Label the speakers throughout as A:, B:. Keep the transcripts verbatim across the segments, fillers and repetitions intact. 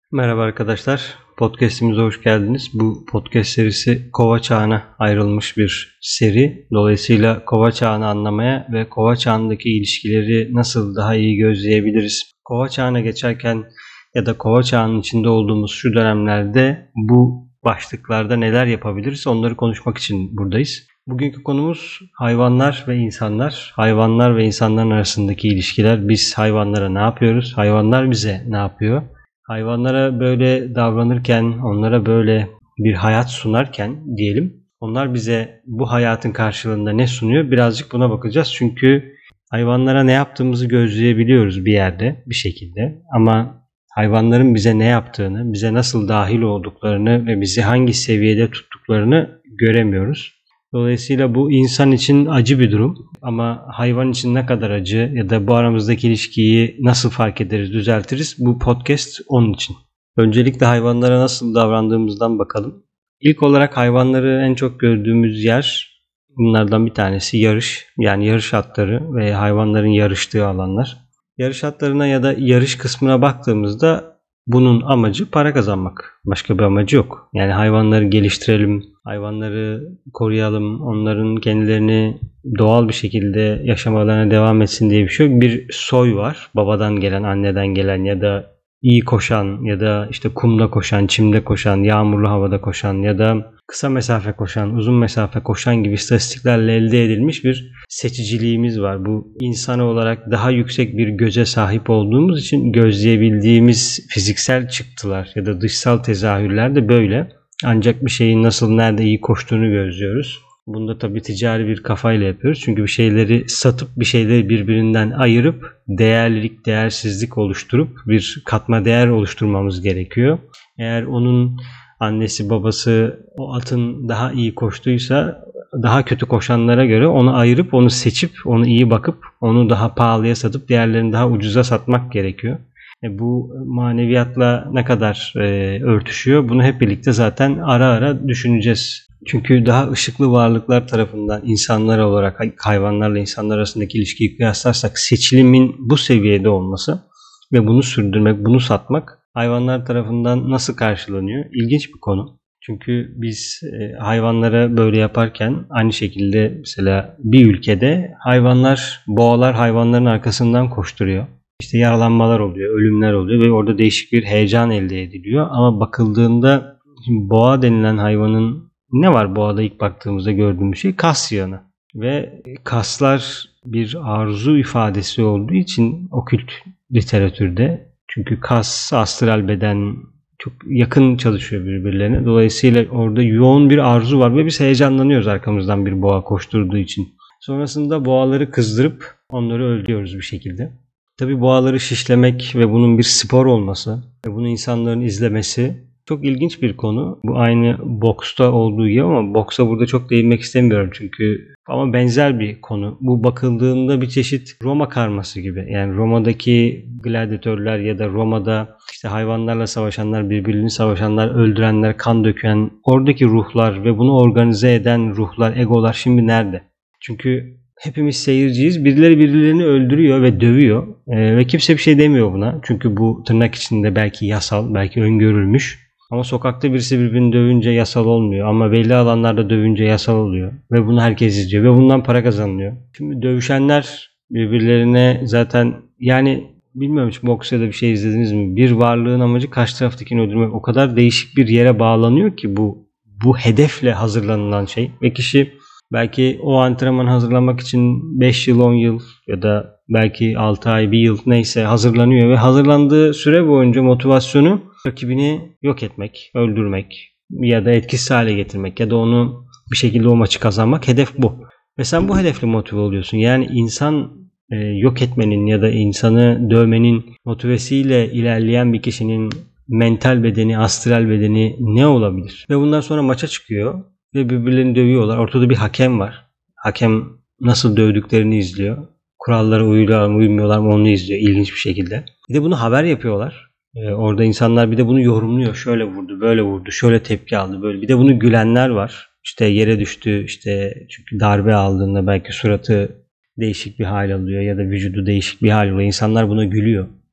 A: Merhaba arkadaşlar, podcast'imize hoş geldiniz. Bu podcast serisi Kova Çağı'na ayrılmış bir seri. Dolayısıyla Kova Çağı'nı anlamaya ve Kova Çağı'ndaki ilişkileri nasıl daha iyi gözleyebiliriz? Kova Çağı'na geçerken ya da Kova Çağı'nın içinde olduğumuz şu dönemlerde bu başlıklarda neler yapabiliriz? Onları konuşmak için buradayız. Bugünkü konumuz hayvanlar ve insanlar. Hayvanlar ve insanların arasındaki ilişkiler. Biz hayvanlara ne yapıyoruz? Hayvanlar bize ne yapıyor? Hayvanlara böyle davranırken, onlara böyle bir hayat sunarken diyelim, onlar bize bu hayatın karşılığında ne sunuyor? Birazcık buna bakacağız. Çünkü hayvanlara ne yaptığımızı gözleyebiliyoruz bir yerde, bir şekilde. Ama hayvanların bize ne yaptığını, bize nasıl dahil olduklarını ve bizi hangi seviyede tuttuklarını göremiyoruz. Dolayısıyla bu insan için acı bir durum ama hayvan için ne kadar acı ya da bu aramızdaki ilişkiyi nasıl fark ederiz, düzeltiriz? Bu podcast onun için. Öncelikle hayvanlara nasıl davrandığımızdan bakalım. İlk olarak hayvanları en çok gördüğümüz yer bunlardan bir tanesi yarış. Yani yarış atları ve hayvanların yarıştığı alanlar. Yarış atlarına ya da yarış kısmına baktığımızda bunun amacı para kazanmak. Başka bir amacı yok. Yani hayvanları geliştirelim, hayvanları koruyalım, onların kendilerini doğal bir şekilde yaşamalarına devam etsin diye bir şey yok. Bir soy var. Babadan gelen, anneden gelen ya da iyi koşan ya da işte kumda koşan, çimde koşan, yağmurlu havada koşan ya da kısa mesafe koşan, uzun mesafe koşan gibi istatistiklerle elde edilmiş bir seçiciliğimiz var. Bu insan olarak daha yüksek bir göze sahip olduğumuz için gözleyebildiğimiz fiziksel çıktılar ya da dışsal tezahürler de böyle. Ancak bir şeyin nasıl, nerede iyi koştuğunu gözlüyoruz. Bunu da tabii ticari bir kafayla yapıyoruz. Çünkü bir şeyleri satıp bir şeyleri birbirinden ayırıp değerlilik, değersizlik oluşturup bir katma değer oluşturmamız gerekiyor. Eğer onun annesi, babası o atın daha iyi koştuysa daha kötü koşanlara göre onu ayırıp, onu seçip, onu iyi bakıp, onu daha pahalıya satıp diğerlerini daha ucuza satmak gerekiyor. E bu maneviyatla ne kadar e, örtüşüyor? Bunu hep birlikte zaten ara ara düşüneceğiz. Çünkü daha ışıklı varlıklar tarafından insanlar olarak hayvanlarla insanlar arasındaki ilişkiyi kıyaslarsak seçilimin bu seviyede olması ve bunu sürdürmek, bunu satmak hayvanlar tarafından nasıl karşılanıyor? İlginç bir konu. Çünkü biz e, hayvanlara böyle yaparken aynı şekilde mesela bir ülkede hayvanlar, boğalar hayvanların arkasından koşturuyor. İşte yaralanmalar oluyor, ölümler oluyor ve orada değişik bir heyecan elde ediliyor. Ama bakıldığında boğa denilen hayvanın ne var boğada ilk baktığımızda gördüğümüz şey? Kas yığını. Ve kaslar bir arzu ifadesi olduğu için okült literatürde, çünkü kas, astral beden çok yakın çalışıyor birbirlerine. Dolayısıyla orada yoğun bir arzu var ve biz heyecanlanıyoruz arkamızdan bir boğa koşturduğu için. Sonrasında boğaları kızdırıp onları öldürüyoruz bir şekilde. Tabii boğaları şişlemek ve bunun bir spor olması ve bunu insanların izlemesi çok ilginç bir konu. Bu aynı boksta olduğu gibi ama boksa burada çok değinmek istemiyorum çünkü ama benzer bir konu. Bu bakıldığında bir çeşit Roma karması gibi. Yani Roma'daki gladyatörler ya da Roma'da işte hayvanlarla savaşanlar, birbirlerini savaşanlar, öldürenler, kan döken oradaki ruhlar ve bunu organize eden ruhlar, egolar şimdi nerede? Çünkü hepimiz seyirciyiz. Birileri birilerini öldürüyor ve dövüyor. Ee, ve kimse bir şey demiyor buna. Çünkü bu tırnak içinde belki yasal, belki öngörülmüş. Ama sokakta birisi birbirini dövünce yasal olmuyor. Ama belli alanlarda dövünce yasal oluyor. Ve bunu herkes izliyor. Ve bundan para kazanılıyor. Şimdi dövüşenler birbirlerine zaten yani bilmiyorum hiç boks ya da bir şey izlediniz mi? Bir varlığın amacı karşı taraftakini öldürmek. O kadar değişik bir yere bağlanıyor ki bu bu hedefle hazırlanılan şey. Ve kişi belki o antrenman hazırlamak için beş yıl, on yıl ya da belki altı ay, bir yıl neyse hazırlanıyor ve hazırlandığı süre boyunca motivasyonu rakibini yok etmek, öldürmek ya da etkisiz hale getirmek ya da onu bir şekilde o maçı kazanmak. Hedef bu. Ve sen bu hedefle motive oluyorsun. Yani insan e, yok etmenin ya da insanı dövmenin motivesiyle ilerleyen bir kişinin mental bedeni, astral bedeni ne olabilir? Ve bundan sonra maça çıkıyor ve birbirlerini dövüyorlar. Ortada bir hakem var. Hakem nasıl dövdüklerini izliyor. Kurallara uyuyorlar mı uymuyorlar mı onu izliyor ilginç bir şekilde. Bir de bunu haber yapıyorlar. Ee, orada insanlar bir de bunu yorumluyor. Şöyle vurdu, böyle vurdu, şöyle tepki aldı, böyle. Bir de bunu gülenler var. İşte yere düştü, işte çünkü darbe aldığında belki suratı değişik bir hal alıyor ya da vücudu değişik bir hal alıyor. İnsanlar buna gülüyor.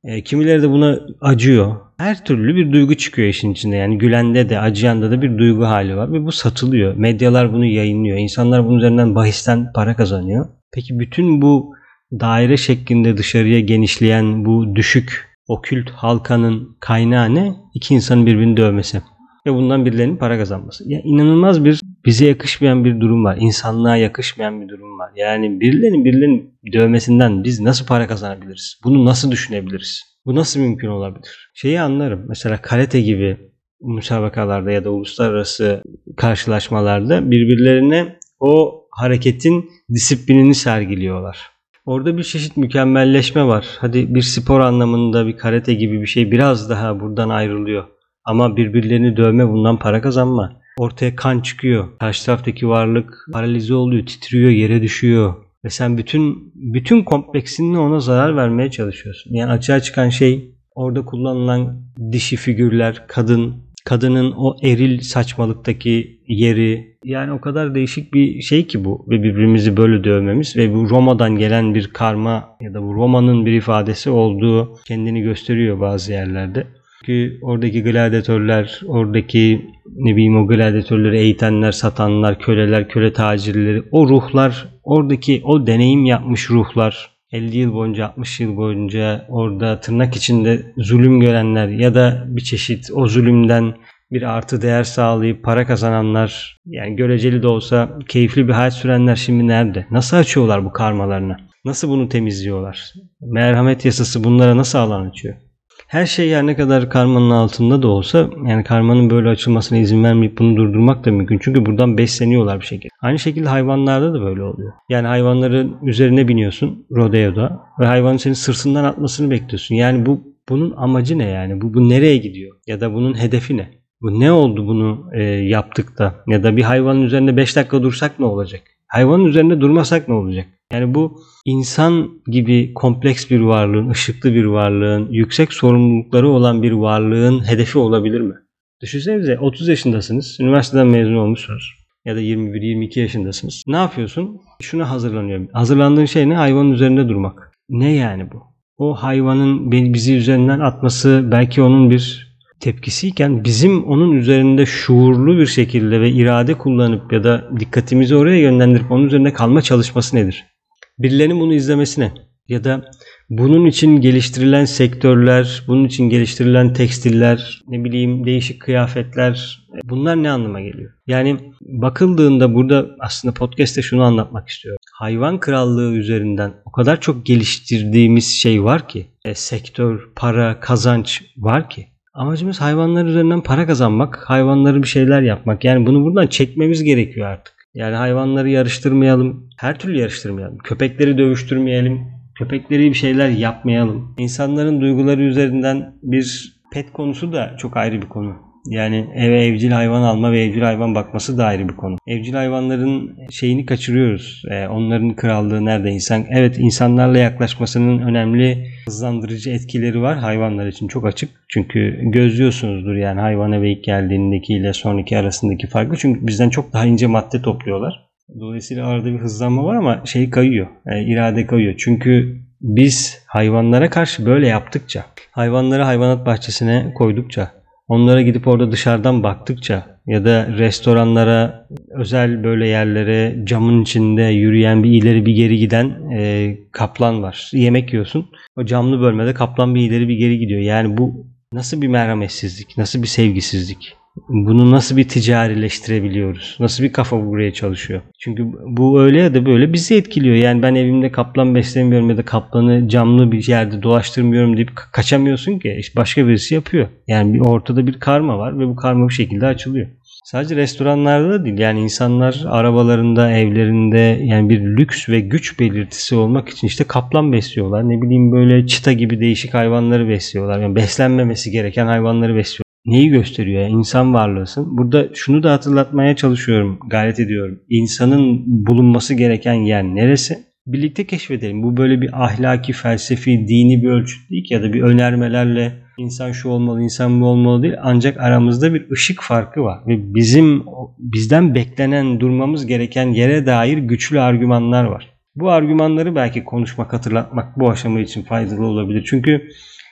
A: E, kimileri de buna acıyor. Her türlü bir duygu çıkıyor işin içinde. Yani gülende de acıyanda da bir duygu hali var ve bu satılıyor. Medyalar bunu yayınlıyor. İnsanlar bunun üzerinden bahisten para kazanıyor. Peki bütün bu daire şeklinde dışarıya genişleyen bu düşük okült halkanın kaynağı ne? İki insanın birbirini dövmesi ve bundan birilerinin para kazanması. Ya inanılmaz bir bize yakışmayan bir durum var. İnsanlığa yakışmayan bir durum var. Yani birilerinin birilerinin dövmesinden biz nasıl para kazanabiliriz? Bunu nasıl düşünebiliriz? Bu nasıl mümkün olabilir? Şeyi anlarım. Mesela karate gibi müsabakalarda ya da uluslararası karşılaşmalarda birbirlerine o hareketin disiplinini sergiliyorlar. Orada bir çeşit mükemmelleşme var. Hadi bir spor anlamında bir karate gibi bir şey biraz daha buradan ayrılıyor. Ama birbirlerini dövme, bundan para kazanma. Ortaya kan çıkıyor. Karşı taraftaki varlık paralize oluyor, titriyor, yere düşüyor. Ve sen bütün bütün kompleksinle ona zarar vermeye çalışıyorsun. Yani açığa çıkan şey orada kullanılan dişi figürler, kadın, kadının o eril saçmalıktaki yeri. Yani o kadar değişik bir şey ki bu ve birbirimizi böyle dövmemiz ve bu Roma'dan gelen bir karma ya da bu Roma'nın bir ifadesi olduğu kendini gösteriyor bazı yerlerde. Çünkü oradaki gladyatörler, oradaki ne bileyim o gladyatörleri eğitenler, satanlar, köleler, köle tacirleri, o ruhlar, oradaki o deneyim yapmış ruhlar, elli yıl boyunca, altmış yıl boyunca orada tırnak içinde zulüm görenler ya da bir çeşit o zulümden bir artı değer sağlayıp para kazananlar, yani göreceli de olsa keyifli bir hayat sürenler şimdi nerede? Nasıl açıyorlar bu karmalarını? Nasıl bunu temizliyorlar? Merhamet yasası bunlara nasıl alan açıyor? Her şey yani ne kadar karmanın altında da olsa, yani karmanın böyle açılmasına izin vermeyip bunu durdurmak da mümkün. Çünkü buradan besleniyorlar bir şekilde. Aynı şekilde hayvanlarda da böyle oluyor. Yani hayvanların üzerine biniyorsun rodeoda ve hayvanın senin sırtından atmasını bekliyorsun. Yani bu bunun amacı ne yani? Bu, bu nereye gidiyor? Ya da bunun hedefi ne? Bu ne oldu bunu e, yaptık da? Ya da bir hayvanın üzerinde beş dakika dursak ne olacak? Hayvanın üzerinde durmasak ne olacak? Yani bu insan gibi kompleks bir varlığın, ışıklı bir varlığın, yüksek sorumlulukları olan bir varlığın hedefi olabilir mi? Düşünsenize otuz yaşındasınız, üniversiteden mezun olmuşsunuz ya da yirmi bir yirmi iki yaşındasınız. Ne yapıyorsun? Şuna hazırlanıyorum. Hazırlandığın şey ne? Hayvanın üzerinde durmak. Ne yani bu? O hayvanın bizi üzerinden atması belki onun bir tepkisiyken bizim onun üzerinde şuurlu bir şekilde ve irade kullanıp ya da dikkatimizi oraya yönlendirip onun üzerinde kalma çalışması nedir? Birilerinin bunu izlemesine ya da bunun için geliştirilen sektörler, bunun için geliştirilen tekstiller, ne bileyim değişik kıyafetler, bunlar ne anlama geliyor? Yani bakıldığında burada aslında podcast'te şunu anlatmak istiyorum. Hayvan krallığı üzerinden o kadar çok geliştirdiğimiz şey var ki, e, sektör, para, kazanç var ki. Amacımız hayvanlar üzerinden para kazanmak, hayvanları bir şeyler yapmak. Yani bunu buradan çekmemiz gerekiyor artık. Yani hayvanları yarıştırmayalım, her türlü yarıştırmayalım. Köpekleri dövüştürmeyelim, köpekleri bir şeyler yapmayalım. İnsanların duyguları üzerinden bir pet konusu da çok ayrı bir konu. Yani eve evcil hayvan alma ve evcil hayvan bakması da ayrı bir konu. Evcil hayvanların şeyini kaçırıyoruz. Ee, onların krallığı nerede? İnsan, evet, insanlarla yaklaşmasının önemli hızlandırıcı etkileri var hayvanlar için, çok açık. Çünkü gözlüyorsunuzdur yani hayvan eve ilk geldiğindekiyle sonraki arasındaki farkı. Çünkü bizden çok daha ince madde topluyorlar. Dolayısıyla arada bir hızlanma var ama şey kayıyor. Yani irade kayıyor. Çünkü biz hayvanlara karşı böyle yaptıkça, hayvanları hayvanat bahçesine koydukça, onlara gidip orada dışarıdan baktıkça ya da restoranlara, özel böyle yerlere camın içinde yürüyen, bir ileri bir geri giden e, kaplan var. Yemek yiyorsun. O camlı bölmede kaplan bir ileri bir geri gidiyor. Yani bu nasıl bir merhametsizlik, nasıl bir sevgisizlik? Bunu nasıl bir ticarileştirebiliyoruz? Nasıl bir kafa buraya çalışıyor? Çünkü bu öyle ya da böyle bizi etkiliyor. Yani ben evimde kaplan beslemiyorum ya da kaplanı camlı bir yerde dolaştırmıyorum deyip kaçamıyorsun ki. İşte başka birisi yapıyor. Yani bir ortada bir karma var ve bu karma bir şekilde açılıyor. Sadece restoranlarda da değil. Yani insanlar arabalarında, evlerinde, yani bir lüks ve güç belirtisi olmak için işte kaplan besliyorlar. Ne bileyim böyle çita gibi değişik hayvanları besliyorlar. Yani beslenmemesi gereken hayvanları besliyorlar. Neyi gösteriyor? Yani insan varlığısın. Burada şunu da hatırlatmaya çalışıyorum, gayret ediyorum. İnsanın bulunması gereken yer neresi? Birlikte keşfedelim. Bu böyle bir ahlaki, felsefi, dini bir ölçüt değil ki ya da bir önermelerle insan şu olmalı, insan bu olmalı değil. Ancak aramızda bir ışık farkı var ve bizim bizden beklenen, durmamız gereken yere dair güçlü argümanlar var. Bu argümanları belki konuşmak, hatırlatmak bu aşama için faydalı olabilir. Çünkü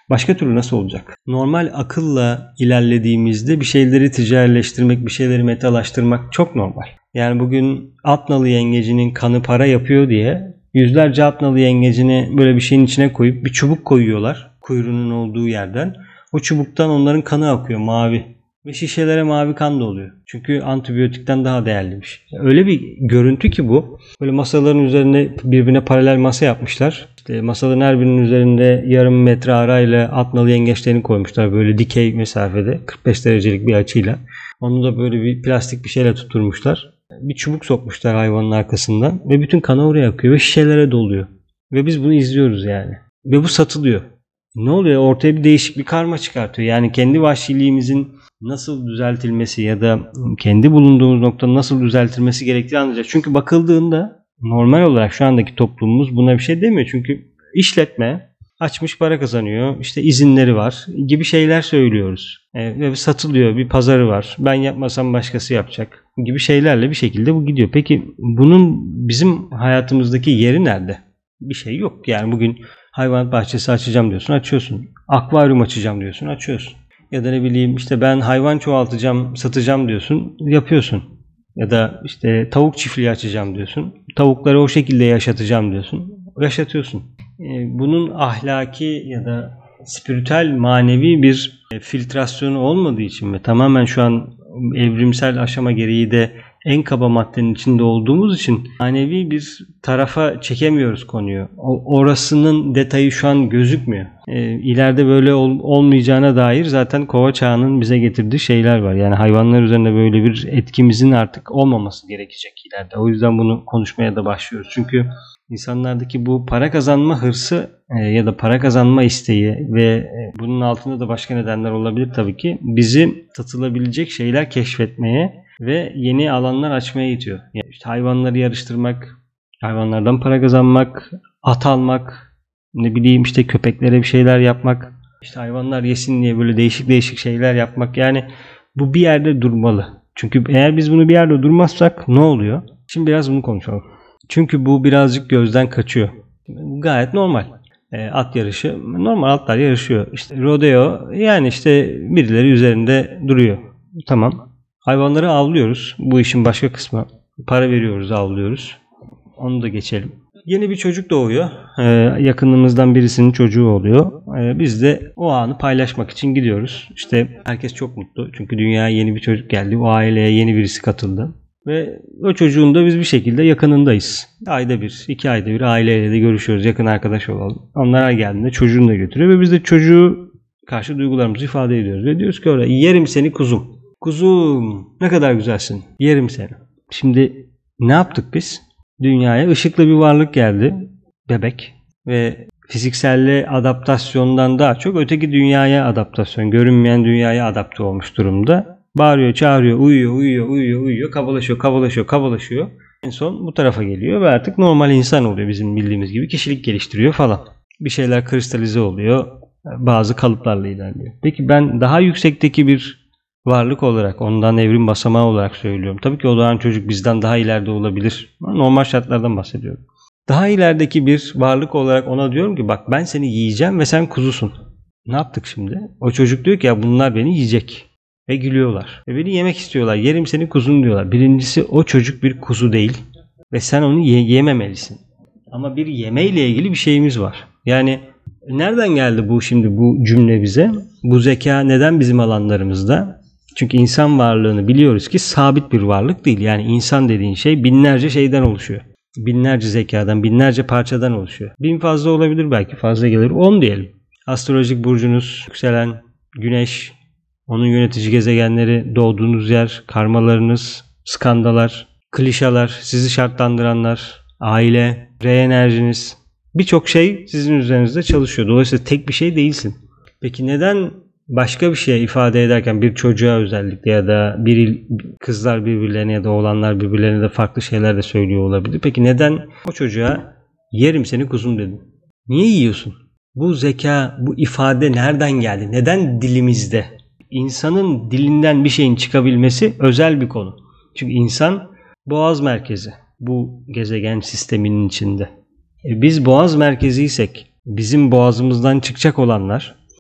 A: Başka türlü nasıl olacak? Normal akılla ilerlediğimizde bir şeyleri ticarileştirmek, bir şeyleri metalaştırmak çok normal. Yani bugün Atnalı yengecinin kanı para yapıyor diye yüzlerce Atnalı yengecini böyle bir şeyin içine koyup bir çubuk koyuyorlar kuyruğunun olduğu yerden. O çubuktan onların kanı akıyor mavi. Ve şişelere mavi kan da oluyor. Çünkü antibiyotikten daha değerliymiş. Öyle bir görüntü ki bu. Böyle masaların üzerine birbirine paralel masa yapmışlar. İşte masaların her birinin üzerinde yarım metre arayla Atnalı yengeçlerini koymuşlar. Böyle dikey mesafede kırk beş derecelik bir açıyla. Onu da böyle bir plastik bir şeyle tutturmuşlar. Bir çubuk sokmuşlar hayvanın arkasından. Ve bütün kanı oraya akıyor ve şişelere doluyor. Ve biz bunu izliyoruz yani. Ve bu satılıyor. Ne oluyor? Ortaya bir değişik bir karma çıkartıyor. Yani kendi vahşiliğimizin nasıl düzeltilmesi ya da kendi bulunduğumuz noktanın nasıl düzeltilmesi gerektiğini anlayacağız. Çünkü bakıldığında normal olarak şu andaki toplumumuz buna bir şey demiyor. Çünkü işletme açmış para kazanıyor, işte izinleri var gibi şeyler söylüyoruz. E, ve satılıyor, bir pazarı var. Ben yapmasam başkası yapacak gibi şeylerle bir şekilde bu gidiyor. Peki bunun bizim hayatımızdaki yeri nerede? Bir şey yok. Yani bugün hayvanat bahçesi açacağım diyorsun, açıyorsun. Akvaryum açacağım diyorsun, açıyorsun. Ya da ne bileyim işte ben hayvan çoğaltacağım, satacağım diyorsun, yapıyorsun. Ya da işte tavuk çiftliği açacağım diyorsun. Tavukları o şekilde yaşatacağım diyorsun. Yaşatıyorsun. Bunun ahlaki ya da spiritüel, manevi bir filtrasyonu olmadığı için ve tamamen şu an evrimsel aşama gereği de en kaba maddenin içinde olduğumuz için manevi bir tarafa çekemiyoruz konuyu. O, orasının detayı şu an gözükmüyor. E, ileride böyle ol, olmayacağına dair zaten kova çağının bize getirdiği şeyler var. Yani hayvanlar üzerinde böyle bir etkimizin artık olmaması gerekecek ileride. O yüzden bunu konuşmaya da başlıyoruz. Çünkü insanlardaki bu para kazanma hırsı e, ya da para kazanma isteği ve e, bunun altında da başka nedenler olabilir tabii ki. Bizi satılabilecek şeyler keşfetmeye ve yeni alanlar açmaya itiyor. Yani işte hayvanları yarıştırmak, hayvanlardan para kazanmak, at almak, ne bileyim işte köpeklere bir şeyler yapmak, işte hayvanlar yesin diye böyle değişik değişik şeyler yapmak. Yani bu bir yerde durmalı. Çünkü eğer biz bunu bir yerde durmazsak ne oluyor? Şimdi biraz bunu konuşalım. Çünkü bu birazcık gözden kaçıyor. Gayet normal. E, at yarışı, normal atlar yarışıyor. İşte rodeo, yani işte birileri üzerinde duruyor. Tamam. Hayvanları avlıyoruz. Bu işin başka kısmı. Para veriyoruz, avlıyoruz. Onu da geçelim. Yeni bir çocuk doğuyor. Ee, yakınımızdan birisinin çocuğu oluyor. Ee, biz de o anı paylaşmak için gidiyoruz. İşte herkes çok mutlu. Çünkü dünyaya yeni bir çocuk geldi. O aileye yeni birisi katıldı. Ve o çocuğun da biz bir şekilde yakınındayız. Ayda bir, iki ayda bir aileyle de görüşüyoruz. Yakın arkadaş olalım. Onlar geldiğinde çocuğunu da götürüyor. Ve biz de çocuğu karşı duygularımızı ifade ediyoruz. Ve diyoruz ki oraya yerim seni kuzum. Kuzum ne kadar güzelsin. Yerim seni. Şimdi ne yaptık biz? Dünyaya ışıklı bir varlık geldi. Bebek. Ve fizikselle adaptasyondan daha çok öteki dünyaya adaptasyon. Görünmeyen dünyaya adapte olmuş durumda. Bağırıyor, çağırıyor, uyuyor, uyuyor, uyuyor, uyuyor. Kabalaşıyor, kabalaşıyor, kabalaşıyor. En son bu tarafa geliyor ve artık normal insan oluyor bizim bildiğimiz gibi. Kişilik geliştiriyor falan. Bir şeyler kristalize oluyor. Bazı kalıplarla ilerliyor. Peki ben daha yüksekteki bir varlık olarak, ondan evrim basamağı olarak söylüyorum. Tabii ki o doğan çocuk bizden daha ileride olabilir. Normal şartlardan bahsediyorum. Daha ilerideki bir varlık olarak ona diyorum ki bak ben seni yiyeceğim ve sen kuzusun. Ne yaptık şimdi? O çocuk diyor ki ya bunlar beni yiyecek. Ve gülüyorlar. Ve beni yemek istiyorlar. Yerim seni kuzun diyorlar. Birincisi o çocuk bir kuzu değil. Ve sen onu ye- yememelisin. Ama bir yemeyle ilgili bir şeyimiz var. Yani nereden geldi bu şimdi bu cümle bize? Bu zeka neden bizim alanlarımızda? Çünkü insan varlığını biliyoruz ki sabit bir varlık değil. Yani insan dediğin şey binlerce şeyden oluşuyor. Binlerce zekadan, binlerce parçadan oluşuyor. Bin fazla olabilir belki, fazla gelir. On diyelim. Astrolojik burcunuz, yükselen, güneş, onun yönetici gezegenleri, doğduğunuz yer, karmalarınız, skandalar, klişalar, sizi şartlandıranlar, aile, re-enerjiniz, birçok şey sizin üzerinizde çalışıyor. Dolayısıyla tek bir şey değilsin. Peki neden başka bir şey ifade ederken bir çocuğa özellikle ya da bir kızlar birbirlerine ya da oğlanlar birbirlerine de farklı şeyler de söylüyor olabilir. Peki neden o çocuğa yerim seni kuzum dedin? Niye yiyorsun? Bu zeka, bu ifade nereden geldi? Neden dilimizde? İnsanın dilinden bir şeyin çıkabilmesi özel bir konu. Çünkü insan boğaz merkezi bu gezegen sisteminin içinde. E biz boğaz merkeziysek bizim boğazımızdan çıkacak olanlar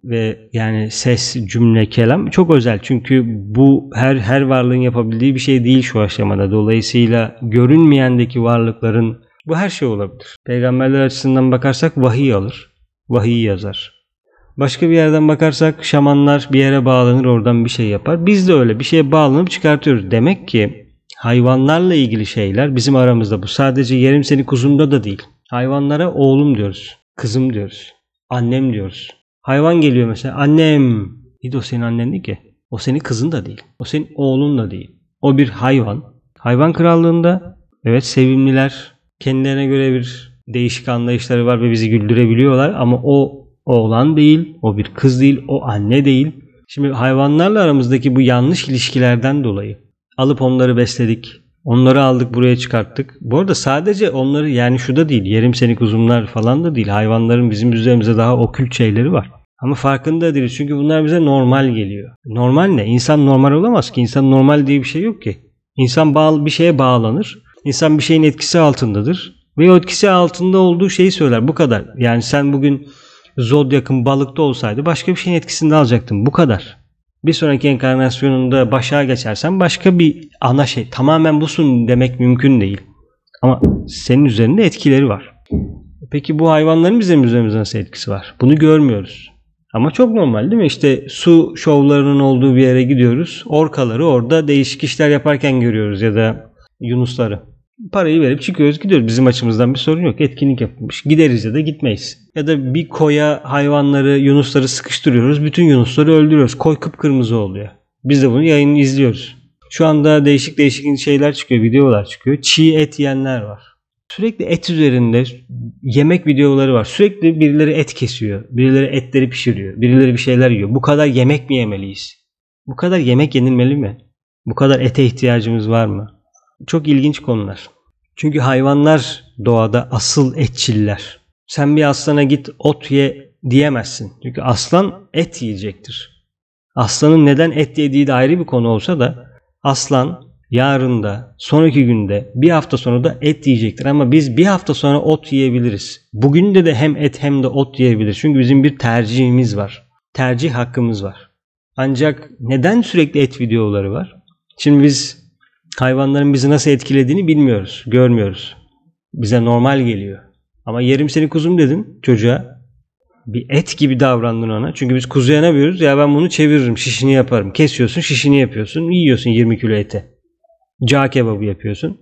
A: ve yani ses, cümle, kelam çok özel. Çünkü bu her her varlığın yapabildiği bir şey değil şu aşamada. Dolayısıyla görünmeyendeki varlıkların bu her şey olabilir. Peygamberler açısından bakarsak vahiy alır, vahiy yazar. Başka bir yerden bakarsak şamanlar bir yere bağlanır, oradan bir şey yapar. Biz de öyle bir şeye bağlanıp çıkartıyoruz. Demek ki hayvanlarla ilgili şeyler bizim aramızda bu. Sadece yerim seni kuzumda da değil. Hayvanlara oğlum diyoruz, kızım diyoruz, annem diyoruz. Hayvan geliyor mesela, annem. İyi de o senin annen değil ki. O senin kızın da değil. O senin oğlun da değil. O bir hayvan. Hayvan krallığında evet sevimliler, kendilerine göre bir değişik anlayışları var ve bizi güldürebiliyorlar ama o oğlan değil, o bir kız değil, o anne değil. Şimdi hayvanlarla aramızdaki bu yanlış ilişkilerden dolayı alıp onları besledik. Onları aldık buraya çıkarttık. Bu arada sadece onları yani şu da değil. Yerim seni kuzumlar falan da değil. Hayvanların bizim üzerimize daha okült şeyleri var. Ama farkında değiliz. Çünkü bunlar bize normal geliyor. Normal ne? İnsan normal olamaz ki. İnsan normal diye bir şey yok ki. İnsan bağ, bir şeye bağlanır. İnsan bir şeyin etkisi altındadır. Ve o etkisi altında olduğu şeyi söyler. Bu kadar. Yani sen bugün Zodyak'ın balıkta olsaydı başka bir şeyin etkisinde alacaktın. Bu kadar. Bir sonraki enkarnasyonunda başa geçersen başka bir ana şey. Tamamen busun demek mümkün değil. Ama senin üzerinde etkileri var. Peki bu hayvanların bizim üzerimizde nasıl etkisi var? Bunu görmüyoruz. Ama çok normal değil mi? İşte su şovlarının olduğu bir yere gidiyoruz. Orkaları orada değişik işler yaparken görüyoruz ya da yunusları. Parayı verip çıkıyoruz gidiyoruz. Bizim açımızdan bir sorun yok. Etkinlik yapılmış. Gideriz ya da gitmeyiz. Ya da bir koya hayvanları, yunusları sıkıştırıyoruz. Bütün yunusları öldürüyoruz. Koy kıpkırmızı oluyor. Biz de bunu yayını izliyoruz. Şu anda değişik değişik şeyler çıkıyor. Videolar çıkıyor. Çiğ et yiyenler var. Sürekli et üzerinde yemek videoları var. Sürekli birileri et kesiyor. Birileri etleri pişiriyor. Birileri bir şeyler yiyor. Bu kadar yemek mi yemeliyiz? Bu kadar yemek yenilmeli mi? Bu kadar ete ihtiyacımız var mı? Çok ilginç konular. Çünkü hayvanlar doğada asıl etçiller. Sen bir aslana git ot ye diyemezsin. Çünkü aslan et yiyecektir. Aslanın neden et yediği de ayrı bir konu olsa da aslan yarın da, sonraki günde, bir hafta sonra da et yiyecektir. Ama biz bir hafta sonra ot yiyebiliriz. Bugün de de hem et hem de ot yiyebiliriz. Çünkü bizim bir tercihimiz var. Tercih hakkımız var. Ancak neden sürekli et videoları var? Şimdi biz hayvanların bizi nasıl etkilediğini bilmiyoruz, görmüyoruz. Bize normal geliyor. Ama yerim seni kuzum dedin çocuğa. Bir et gibi davrandın ona. Çünkü biz kuzuya ne yapıyoruz? Ya ben bunu çeviririm, şişini yaparım. Kesiyorsun, şişini yapıyorsun. Yiyorsun yirmi kilo eti. Cağ kebabı yapıyorsun.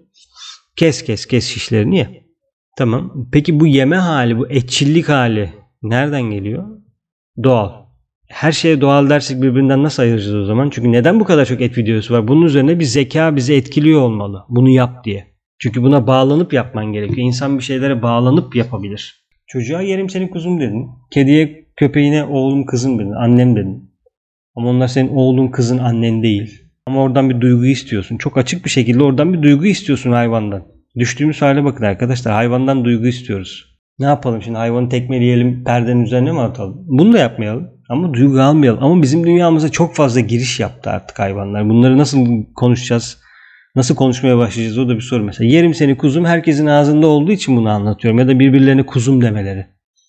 A: Kes kes kes şişlerini ye. Tamam. Peki bu yeme hali, bu etçillik hali nereden geliyor? Doğal. Her şeye doğal dersek birbirinden nasıl ayıracağız o zaman? Çünkü neden bu kadar çok et videosu var? Bunun üzerine bir zeka bizi etkiliyor olmalı. Bunu yap diye. Çünkü buna bağlanıp yapman gerekiyor. İnsan bir şeylere bağlanıp yapabilir. Çocuğa yerim seni kuzum dedin. Kediye, köpeğine oğlum kızım dedin. Annem dedin. Ama onlar senin oğlun kızın annen değil. Ama oradan bir duygu istiyorsun. Çok açık bir şekilde oradan bir duygu istiyorsun hayvandan. Düştüğümüz hale bakın arkadaşlar. Hayvandan duygu istiyoruz. Ne yapalım şimdi? Hayvanı tekmeleyelim, perdenin üzerine mi atalım? Bunu da yapmayalım. Ama duygu almayalım. Ama bizim dünyamıza çok fazla giriş yaptı artık hayvanlar. Bunları nasıl konuşacağız? Nasıl konuşmaya başlayacağız? O da bir soru mesela. Yerim seni kuzum herkesin ağzında olduğu için bunu anlatıyorum. Ya da birbirlerine kuzum demeleri.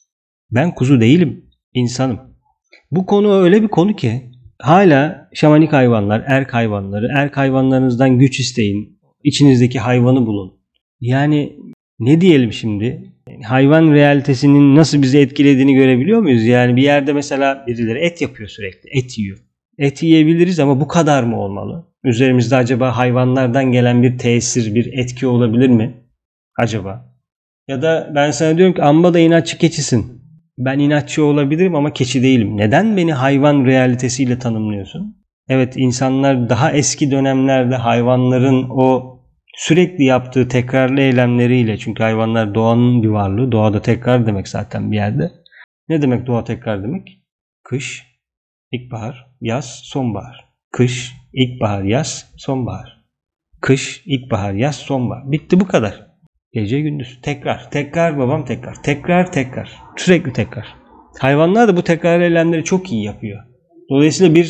A: Ben kuzu değilim. İnsanım. Bu konu öyle bir konu ki hala şamanik hayvanlar, erk hayvanları, erk hayvanlarınızdan güç isteyin. İçinizdeki hayvanı bulun. Yani ne diyelim şimdi? Hayvan realitesinin nasıl bizi etkilediğini görebiliyor muyuz? Yani bir yerde mesela birileri et yapıyor sürekli. Et yiyor. Et yiyebiliriz ama bu kadar mı olmalı? Üzerimizde acaba hayvanlardan gelen bir tesir, bir etki olabilir mi? Acaba? Ya da ben sana diyorum ki amma da inatçı keçisin. Ben inatçı olabilirim ama keçi değilim. Neden beni hayvan realitesiyle tanımlıyorsun? Evet, insanlar daha eski dönemlerde hayvanların o sürekli yaptığı tekrarlı eylemleriyle, çünkü hayvanlar doğanın bir varlığı, doğada tekrar demek zaten bir yerde. Ne demek doğa tekrar demek? Kış, ilkbahar, yaz, sonbahar. Kış, ilkbahar, yaz, sonbahar. Kış, ilkbahar, yaz, sonbahar. Bitti bu kadar. Gece gündüz. Tekrar. Tekrar babam tekrar. Tekrar tekrar. Sürekli tekrar. Hayvanlar da bu tekrar eylemleri çok iyi yapıyor. Dolayısıyla bir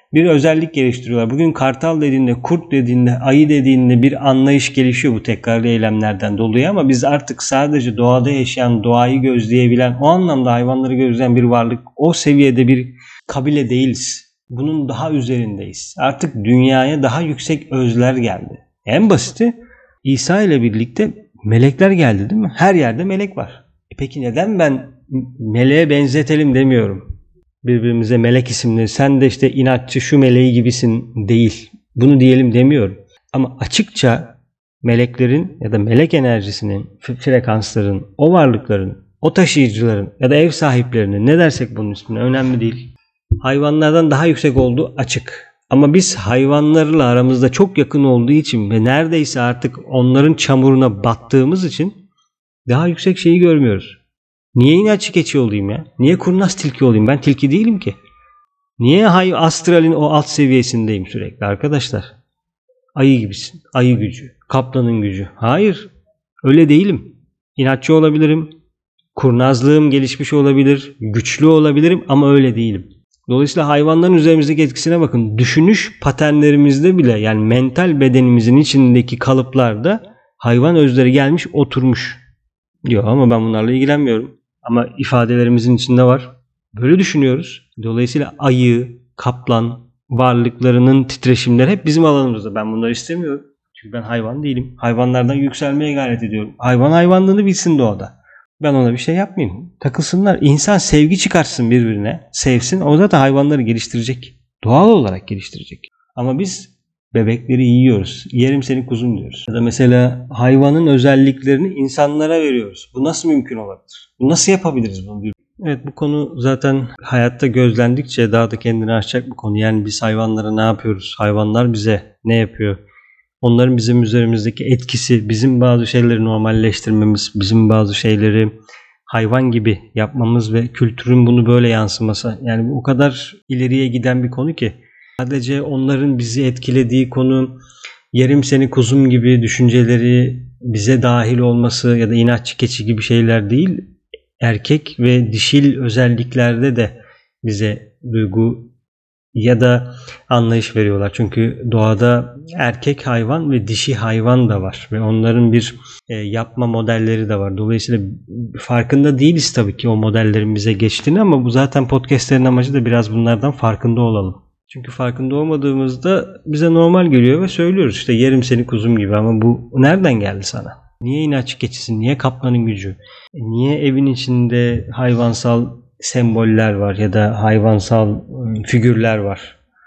A: bir özellik geliştiriyorlar. Bugün kartal dediğinde, kurt dediğinde, ayı dediğinde bir anlayış gelişiyor bu tekrarlı eylemlerden dolayı ama biz artık sadece doğada yaşayan, doğayı gözleyebilen, o anlamda hayvanları gözleyen bir varlık, o seviyede bir kabile değiliz. Bunun daha üzerindeyiz. Artık dünyaya daha yüksek özler geldi. En basiti İsa ile birlikte melekler geldi değil mi? Her yerde melek var. E peki neden ben meleğe benzetelim demiyorum? Birbirimize melek isimleri, sen de işte inatçı şu meleği gibisin değil. Bunu diyelim demiyorum. Ama açıkça meleklerin ya da melek enerjisinin, frekansların, o varlıkların, o taşıyıcıların ya da ev sahiplerinin, ne dersek bunun ismine önemli değil, hayvanlardan daha yüksek olduğu açık. Ama biz hayvanlarla aramızda çok yakın olduğu için ve neredeyse artık onların çamuruna battığımız için daha yüksek şeyi görmüyoruz. Niye inatçı keçi olayım ya? Niye kurnaz tilki olayım? Ben tilki değilim ki. Niye hay astralin o alt seviyesindeyim sürekli arkadaşlar? Ayı gibisin. Ayı gücü. Kaplanın gücü. Hayır. Öyle değilim. İnatçı olabilirim. Kurnazlığım gelişmiş olabilir. Güçlü olabilirim ama öyle değilim. Dolayısıyla hayvanların üzerimizdeki etkisine bakın. Düşünüş paternlerimizde bile, yani mental bedenimizin içindeki kalıplarda hayvan özleri gelmiş oturmuş. Yok ama ben bunlarla ilgilenmiyorum. Ama ifadelerimizin içinde var. Böyle düşünüyoruz. Dolayısıyla ayı, kaplan varlıklarının titreşimleri hep bizim alanımızda. Ben bunları istemiyorum. Çünkü ben hayvan değilim. Hayvanlardan yükselmeye gayret ediyorum. Hayvan hayvanlığını bilsin doğada. Ben ona bir şey yapmayayım. Takılsınlar. İnsan sevgi çıkarsın birbirine. Sevsin. O da da hayvanları geliştirecek. Doğal olarak geliştirecek. Ama biz bebekleri yiyoruz. Yerim seni kuzum diyoruz. Ya da mesela hayvanın özelliklerini insanlara veriyoruz. Bu nasıl mümkün olabilir? Bu nasıl yapabiliriz bunu? Evet, bu konu zaten hayatta gözlendikçe daha da kendini aşacak bir konu. Yani biz hayvanlara ne yapıyoruz? Hayvanlar bize ne yapıyor? Onların bizim üzerimizdeki etkisi, bizim bazı şeyleri normalleştirmemiz, bizim bazı şeyleri hayvan gibi yapmamız ve kültürün bunu böyle yansıması. Yani bu o kadar ileriye giden bir konu ki. Sadece onların bizi etkilediği konu, yerim seni kuzum gibi düşünceleri bize dahil olması ya da inatçı keçi gibi şeyler değil. Erkek ve dişil özelliklerde de bize duygu ya da anlayış veriyorlar. Çünkü doğada erkek hayvan ve dişi hayvan da var ve onların bir e, yapma modelleri de var. Dolayısıyla farkında değiliz tabii ki o modellerin bize geçtiğini ama bu zaten podcastlerin amacı da biraz bunlardan farkında olalım. Çünkü farkında olmadığımızda bize normal geliyor ve söylüyoruz işte yerim seni kuzum gibi ama bu nereden geldi sana? Niye inatçı keçisin? Niye kaplanın gücü? Niye evin içinde hayvansal semboller var ya da hayvansal figürler var?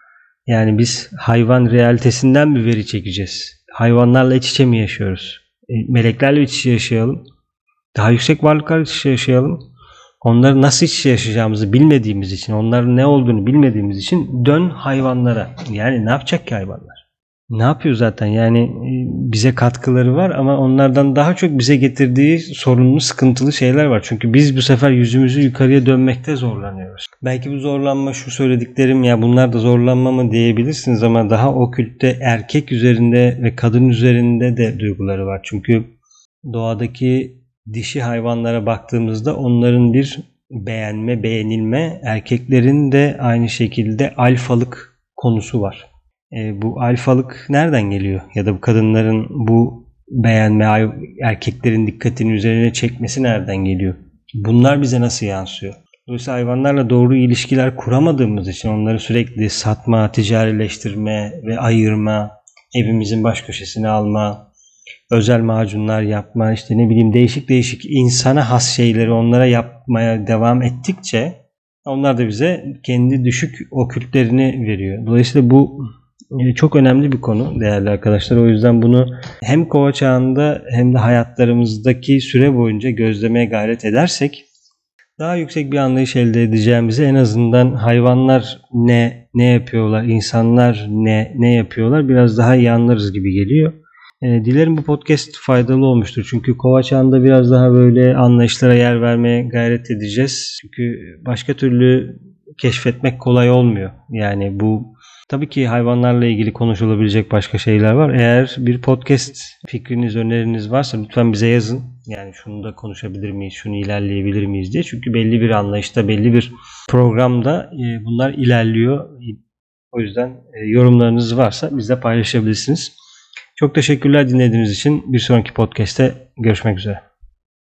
A: Yani biz hayvan realitesinden mi veri çekeceğiz? Hayvanlarla iç içe mi yaşıyoruz? E, meleklerle iç içe yaşayalım. Daha yüksek varlıklarla iç içe yaşayalım. Onları nasıl iç içe yaşayacağımızı bilmediğimiz için, onların ne olduğunu bilmediğimiz için dön hayvanlara. Yani ne yapacak ki hayvanlar? Ne yapıyor zaten? Yani bize katkıları var ama onlardan daha çok bize getirdiği sorunlu, sıkıntılı şeyler var. Çünkü biz bu sefer yüzümüzü yukarıya dönmekte zorlanıyoruz. Belki bu zorlanma, şu söylediklerim ya bunlar da zorlanma mı diyebilirsiniz ama daha okültte erkek üzerinde ve kadın üzerinde de duyguları var. Çünkü doğadaki dişi hayvanlara baktığımızda onların bir beğenme, beğenilme, erkeklerin de aynı şekilde alfalık konusu var. E, bu alfalık nereden geliyor? Ya da bu kadınların bu beğenme, erkeklerin dikkatini üzerine çekmesi nereden geliyor? Bunlar bize nasıl yansıyor? Dolayısıyla hayvanlarla doğru ilişkiler kuramadığımız için onları sürekli satma, ticarileştirme ve ayırma, evimizin baş köşesine alma, özel macunlar yapma, işte ne bileyim değişik değişik insana has şeyleri onlara yapmaya devam ettikçe onlar da bize kendi düşük okültlerini veriyor. Dolayısıyla bu çok önemli bir konu değerli arkadaşlar. O yüzden bunu hem kova çağında hem de hayatlarımızdaki süre boyunca gözlemeye gayret edersek daha yüksek bir anlayış elde edeceğimizi, en azından hayvanlar ne ne yapıyorlar, insanlar ne ne yapıyorlar biraz daha iyi anlarız gibi geliyor. Dilerim bu podcast faydalı olmuştur. Çünkü kova çağında biraz daha böyle anlayışlara yer vermeye gayret edeceğiz. Çünkü başka türlü keşfetmek kolay olmuyor. Yani bu tabii ki hayvanlarla ilgili konuşulabilecek başka şeyler var. Eğer bir podcast fikriniz, öneriniz varsa lütfen bize yazın. Yani şunu da konuşabilir miyiz, şunu ilerleyebilir miyiz diye. Çünkü belli bir anlayışta, belli bir programda bunlar ilerliyor. O yüzden e, yorumlarınız varsa bizle paylaşabilirsiniz. Çok teşekkürler dinlediğiniz için. Bir sonraki podcast'te görüşmek üzere.